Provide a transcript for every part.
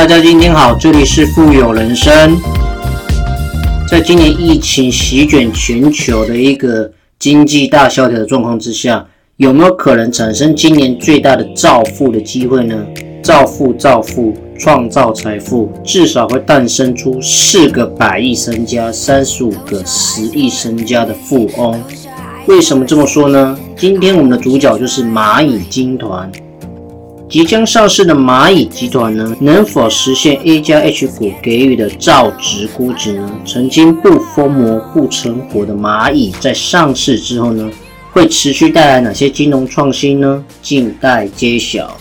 大家今天好，这里是富有人生。在今年疫情席卷全球的一个经济大萧条的状况之下，有没有可能产生今年最大的造富的机会呢？造富，创造财富，至少会诞生出4个100亿身家、35个10亿身家的富翁。为什么这么说呢？今天我们的主角就是蚂蚁金团。即将上市的蚂蚁集团呢，能否实现 A+H 股给予的造值估值呢？曾经不疯魔不成活的蚂蚁在上市之后呢，会持续带来哪些金融创新呢？静待揭晓。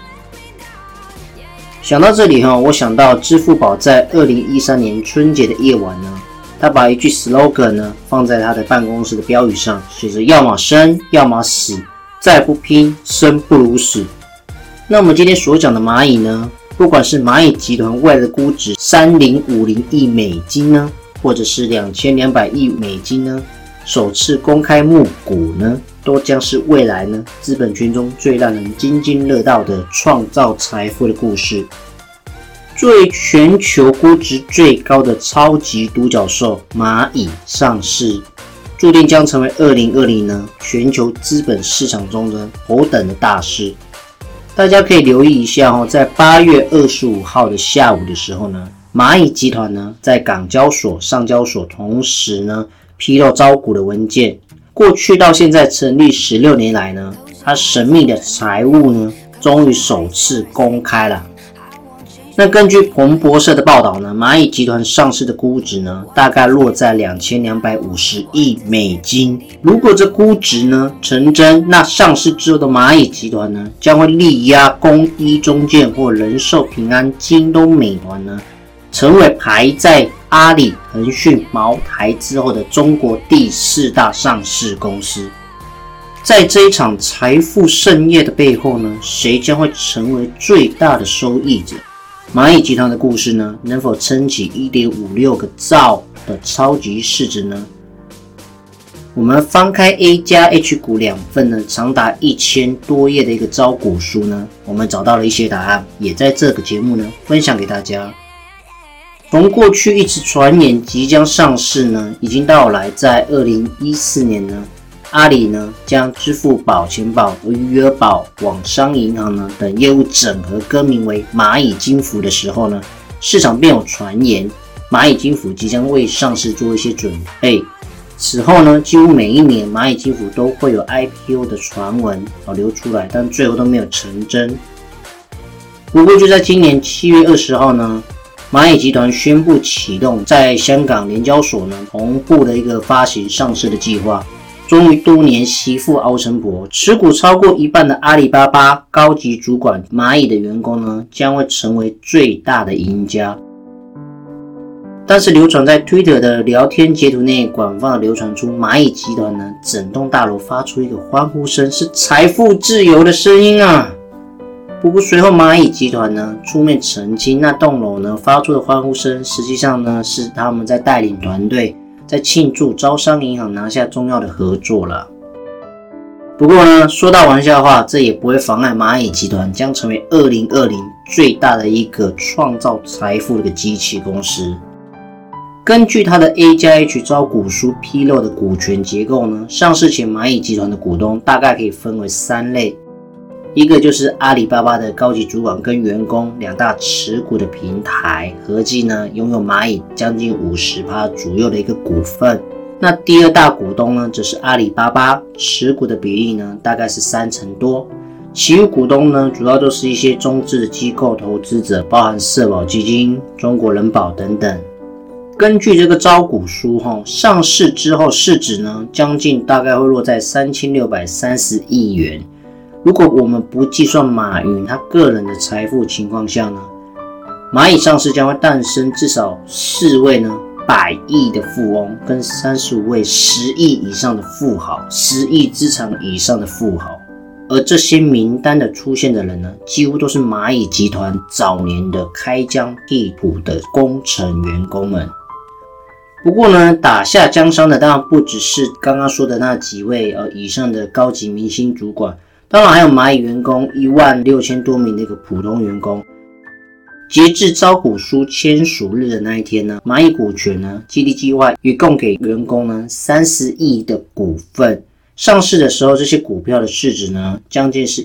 想到这里我想到支付宝在2013年春节的夜晚呢，他把一句 slogan 呢放在他的办公室的标语上，写着要么生，要么死，再不拼，生不如死。那我们今天所讲的蚂蚁呢，不管是蚂蚁集团未来的估值3050亿美金呢，或者是2200亿美金呢，首次公开募股呢，都将是未来呢资本圈中最让人津津乐道的创造财富的故事。作为全球估值最高的超级独角兽，蚂蚁上市，注定将成为2020呢全球资本市场中的头等的大事。大家可以留意一下在8月25号的下午的时候呢，蚂蚁集团呢在港交所、上交所同时呢披露招股的文件。过去到现在成立16年来呢，它神秘的财务呢终于首次公开了。那根据彭博社的报道呢，蚂蚁集团上市的估值呢大概落在2250亿美金。如果这估值呢成真，那上市之后的蚂蚁集团呢将会力压公一中建或人寿平安、京东美团呢，成为排在阿里、腾讯、茅台之后的中国第4大上市公司。在这一场财富盛宴的背后呢，谁将会成为最大的受益者？蚂蚁集团的故事呢，能否撑起 1.56 个兆的超级市值呢？我们翻开 A+H 股2份呢，长达1000多页的一个招股书呢，我们找到了一些答案，也在这个节目呢分享给大家。从过去一直传言即将上市呢，已经到来在2014年呢，阿里呢将支付宝、钱宝、余额宝、网商银行呢等业务整合更名为蚂蚁金服的时候呢，市场便有传言蚂蚁金服即将为上市做一些准备。此后呢，几乎每一年蚂蚁金服都会有 IPO 的传闻流出来，但最后都没有成真。不过就在今年7月20号呢，蚂蚁集团宣布启动在香港联交所呢同步的一个发行上市的计划。终于多年媳妇熬成婆，持股超过一半的阿里巴巴高级主管、蚂蚁的员工呢，将会成为最大的赢家。但是流传在 Twitter 的聊天截图内，广泛的流传出蚂蚁集团呢，整栋大楼发出一个欢呼声，是财富自由的声音啊！不过随后蚂蚁集团呢出面澄清，那栋楼呢发出的欢呼声，实际上呢是他们在带领团队在庆祝招商银行拿下重要的合作了。不过呢，说到玩笑话，这也不会妨碍蚂蚁集团将成为2020最大的一个创造财富的一个机器公司。根据它的 A+H 招股书披露的股权结构呢，上市前蚂蚁集团的股东大概可以分为3类。一个就是阿里巴巴的高级主管跟员工2大持股的平台，合计呢拥有蚂蚁将近 50% 左右的一个股份。那第2大股东呢，则是阿里巴巴，持股的比例呢大概是30%多，其余股东呢主要都是一些中资的机构投资者，包含社保基金、中国人保等等。根据这个招股书上市之后市值呢将近大概会落在3630亿元。如果我们不计算马云他个人的财富情况下呢，蚂蚁上市将会诞生至少4位呢100亿的富翁，跟35位10亿以上的富豪，10亿资产以上的富豪。而这些名单的出现的人呢，几乎都是蚂蚁集团早年的开疆辟土的工程员工们。不过呢，打下江山的当然不只是刚刚说的那几位以上的高级明星主管，当然还有蚂蚁员工16000多名的一个普通员工。 截至招股书签署日的那一天呢，蚂蚁股权呢，激励计划一共给员工呢30亿的股份。上市的时候，这些股票的市值呢，将近是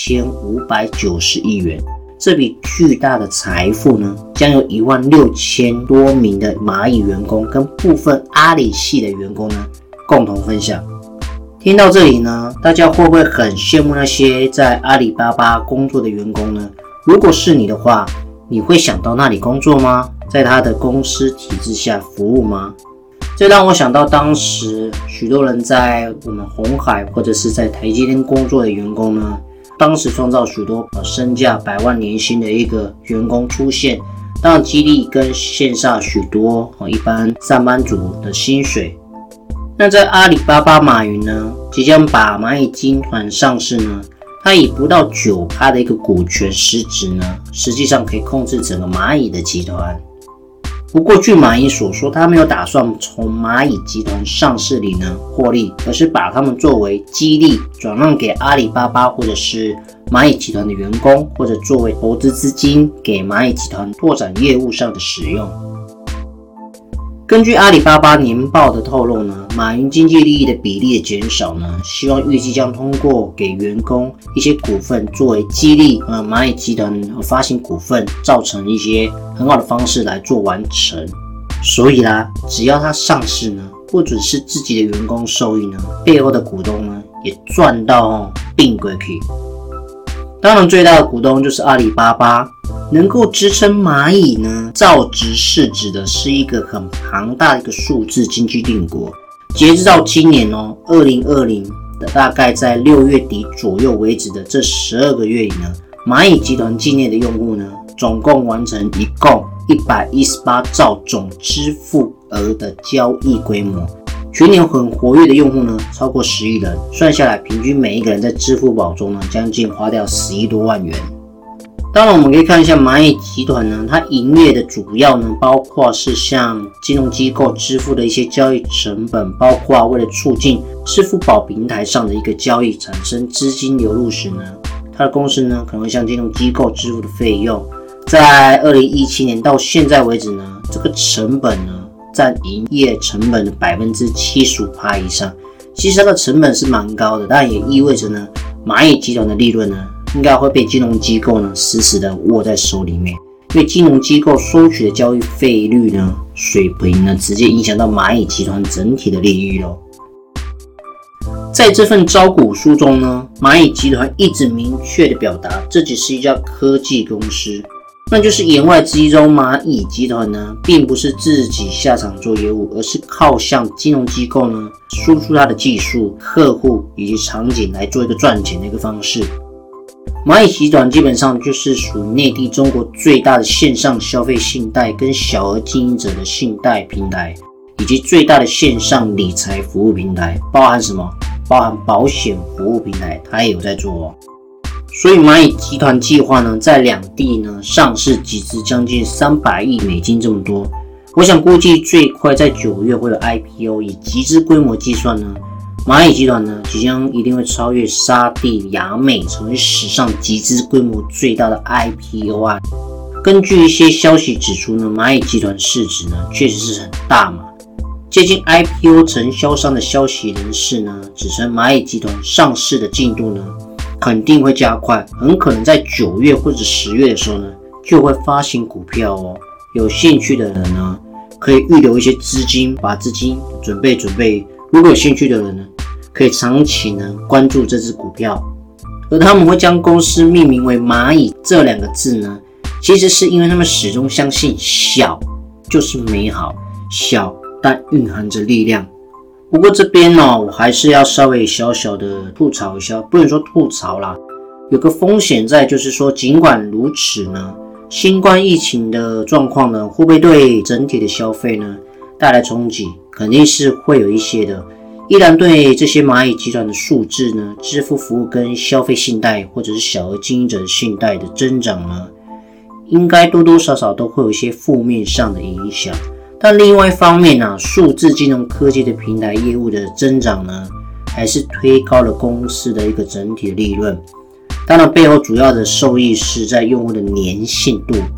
1590亿元。这笔巨大的财富呢，将由16000多名的蚂蚁员工跟部分阿里系的员工呢，共同分享。听到这里呢，大家会不会很羡慕那些在阿里巴巴工作的员工呢？如果是你的话，你会想到那里工作吗？在他的公司体制下服务吗？这让我想到当时许多人在我们鸿海或者是在台积电工作的员工呢，当时创造许多身价100万年薪的一个员工出现，当然激励跟线下许多一般上班族的薪水。那在阿里巴巴马云呢，即将把蚂蚁金团上市呢，他以不到 9% 的一个股权实质呢，实际上可以控制整个蚂蚁的集团。不过据马云所说，他没有打算从蚂蚁集团上市里呢获利，而是把他们作为激励转让给阿里巴巴或者是蚂蚁集团的员工，或者作为投资资金给蚂蚁集团拓展业务上的使用。根据阿里巴巴年报的透露呢，马云经济利益的比例的减少呢，希望预计将通过给员工一些股份作为激励蚂蚁集团发行股份，造成一些很好的方式来做完成。所以啦，只要它上市呢，不只是自己的员工受益呢，背后的股东呢也赚到并轨去。当然最大的股东就是阿里巴巴，能够支撑蚂蚁呢造值市值的是一个很庞大的一个数字经济帝国。截至到今年2020的大概在6月底左右为止的这12个月里呢，蚂蚁集团境内的用户呢，总共完成一共118兆总支付额的交易规模。全年很活跃的用户呢，超过10亿人，算下来平均每一个人在支付宝中呢，将近花掉10亿多万元。当然我们可以看一下蚂蚁集团呢，它营业的主要呢，包括是向金融机构支付的一些交易成本，包括为了促进支付宝平台上的一个交易产生资金流入时呢，它的公司呢可能会向金融机构支付的费用，在2017年到现在为止呢，这个成本呢占营业成本的 75% 以上。其实它的成本是蛮高的，但也意味着呢，蚂蚁集团的利润呢应该会被金融机构呢死死的握在手里面，因为金融机构收取的交易费率呢水平呢直接影响到蚂蚁集团整体的利益咯。在这份招股书中呢，蚂蚁集团一直明确的表达，这只是一家科技公司，那就是言外之意中，蚂蚁集团呢并不是自己下场做业务，而是靠向金融机构呢输出它的技术、客户以及场景来做一个赚钱的一个方式。蚂蚁集团基本上就是属于内地中国最大的线上消费信贷跟小额经营者的信贷平台，以及最大的线上理财服务平台，包含什么？包含保险服务平台，它也有在做哦。所以蚂蚁集团计划呢，在两地呢上市集资将近300亿美金这么多。我想估计最快在9月会有 IPO， 以集资规模计算呢，蚂蚁集团呢即将一定会超越沙地亚美，成为史上集资规模最大的 IPO 案。根据一些消息指出呢，蚂蚁集团市值呢确实是很大嘛。接近 IPO 承销商的消息人士呢指称，蚂蚁集团上市的进度呢肯定会加快，很可能在9月或者10月的时候呢就会发行股票哦。有兴趣的人呢可以预留一些资金，把资金准备。如果有兴趣的人呢，可以长期呢关注这只股票。而他们会将公司命名为蚂蚁这2个字呢，其实是因为他们始终相信小就是美好，小但蕴含着力量。不过这边我还是要稍微小小的吐槽一下，不能说吐槽啦，有个风险在，就是说尽管如此呢，新冠疫情的状况呢，会不会对整体的消费呢带来冲击？肯定是会有一些的。依然对这些蚂蚁集团的数字呢，支付服务跟消费信贷或者是小额经营者的信贷的增长呢，应该多多少少都会有一些负面上的影响。但另外一方面数字金融科技的平台业务的增长呢，还是推高了公司的一个整体的利润。当然背后主要的受益是在用户的粘性度。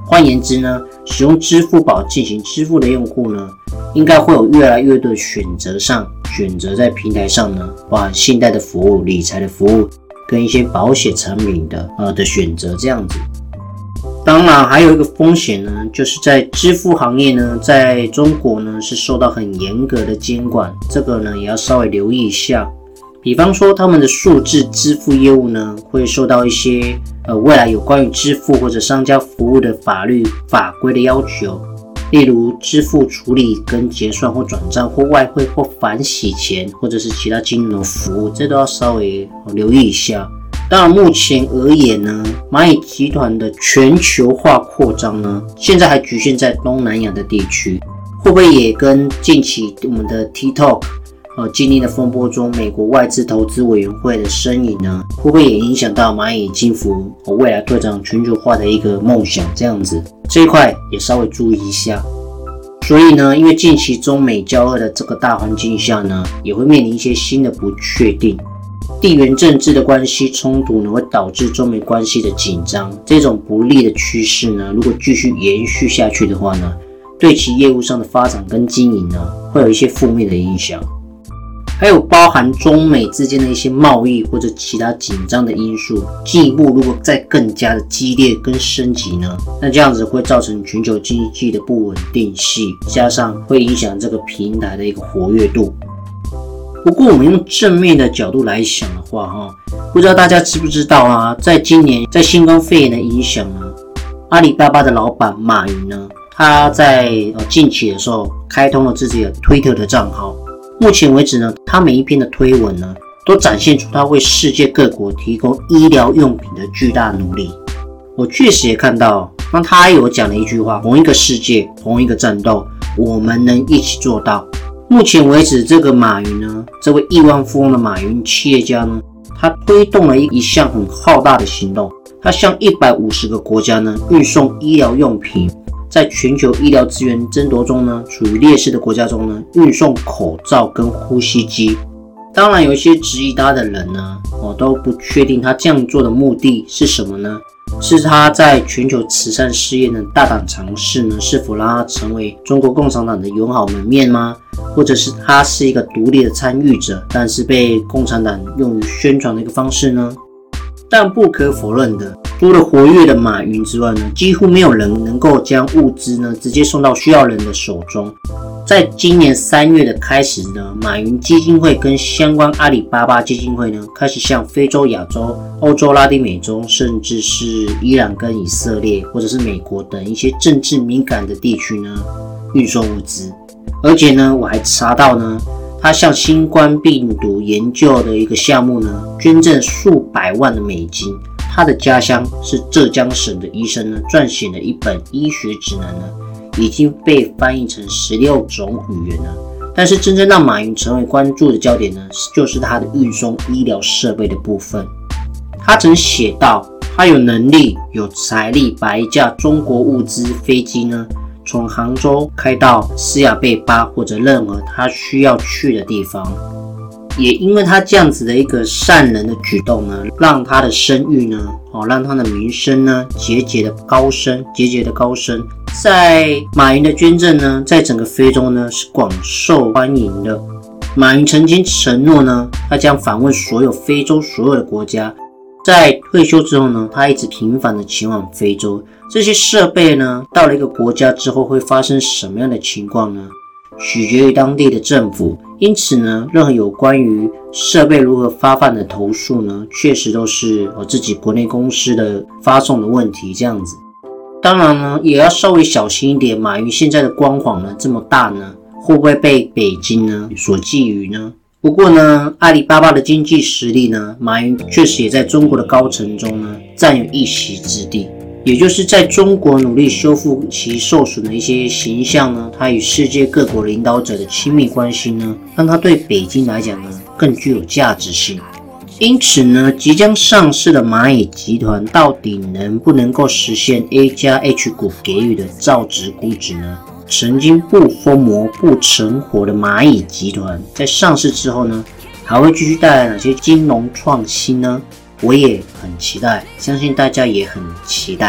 换言之呢，使用支付宝进行支付的用户呢，应该会有越来越多的选择在平台上呢，包含信贷的服务、理财的服务跟一些保险产品的选择这样子。当然还有一个风险呢，就是在支付行业呢，在中国呢是受到很严格的监管，这个呢也要稍微留意一下。比方说他们的数字支付业务呢，会受到一些未来有关于支付或者商家服务的法律法规的要求，例如支付处理跟结算或转账或外汇或反洗钱或者是其他金融服务，这都要稍微留意一下。当然目前而言呢，蚂蚁集团的全球化扩张呢，现在还局限在东南亚的地区，会不会也跟近期我们的 TikTok经历的风波中美国外资投资委员会的身影呢，会不会也影响到蚂蚁金服未来拓展全球化的一个梦想这样子，这一块也稍微注意一下。所以呢，因为近期中美交恶的这个大环境下呢，也会面临一些新的不确定，地缘政治的关系冲突呢，会导致中美关系的紧张，这种不利的趋势呢，如果继续延续下去的话呢，对其业务上的发展跟经营呢，会有一些负面的影响。还有包含中美之间的一些贸易或者其他紧张的因素，进一步如果再更加的激烈跟升级呢，那这样子会造成全球经济的不稳定性，加上会影响这个平台的一个活跃度。不过我们用正面的角度来想的话不知道大家知不知道啊，在今年在新冠肺炎的影响呢，阿里巴巴的老板马云呢，他在近期的时候开通了自己的 Twitter 的账号。目前为止呢，他每一篇的推文呢，都展现出他为世界各国提供医疗用品的巨大努力。我确实也看到，那他有讲了一句话：同一个世界，同一个战斗，我们能一起做到。目前为止，这个马云呢，这位亿万富翁的马云企业家呢，他推动了一项很浩大的行动，他向150个国家呢运送医疗用品。在全球医疗资源争夺中呢，处于劣势的国家中呢，运送口罩跟呼吸机。当然有一些质疑他的人呢，都不确定他这样做的目的是什么呢？是他在全球慈善事业的大胆尝试呢，是否让他成为中国共产党的友好门面吗？或者是他是一个独立的参与者，但是被共产党用于宣传的一个方式呢？但不可否认的，除了活跃的马云之外呢，几乎没有人能够将物资呢直接送到需要人的手中。在今年3月的开始呢，马云基金会跟相关阿里巴巴基金会呢，开始向非洲、亚洲、欧洲、拉丁美洲，甚至是伊朗跟以色列，或者是美国等一些政治敏感的地区呢，运送物资。而且呢，我还查到呢，他向新冠病毒研究的一个项目呢，捐赠数百万的美金。他的家乡是浙江省的医生呢，撰写了一本医学指南呢，已经被翻译成16种语言了。但是真正让马云成为关注的焦点呢，就是他的运送医疗设备的部分。他曾写道，他有能力、有财力把一架中国物资飞机呢，从杭州开到斯亚贝巴或者任何他需要去的地方。也因为他这样子的一个善人的举动呢，让他的声誉呢，让他的名声呢节节的高升。在马云的捐赠呢，在整个非洲呢是广受欢迎的。马云曾经承诺呢，他将访问所有非洲所有的国家。在退休之后呢，他一直频繁的前往非洲。这些设备呢，到了一个国家之后会发生什么样的情况呢？取决于当地的政府。因此呢，任何有关于设备如何发放的投诉呢，确实都是我自己国内公司的发送的问题这样子。当然呢，也要稍微小心一点，马云现在的光环呢这么大呢，会不会被北京呢所觊觎呢？不过呢，阿里巴巴的经济实力呢，马云确实也在中国的高层中呢占有一席之地。也就是在中国努力修复其受损的一些形象呢，他与世界各国领导者的亲密关系呢，让他对北京来讲呢更具有价值性。因此呢，即将上市的蚂蚁集团到底能不能够实现 A+H 股给予的造值估值呢？曾经不疯魔不成活的蚂蚁集团在上市之后呢，还会继续带来哪些金融创新呢？我也很期待，相信大家也很期待。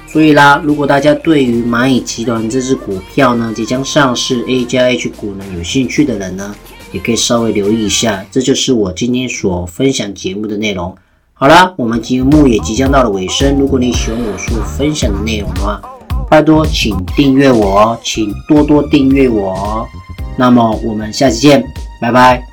所以啦，如果大家对于蚂蚁集团这只股票呢即将上市 A 加 H 股呢有兴趣的人呢，也可以稍微留意一下。这就是我今天所分享节目的内容。好啦，我们节目也即将到了尾声。如果你喜欢我所分享的内容的话，拜托请订阅我哦，请多多订阅我哦。那么我们下期见，拜拜。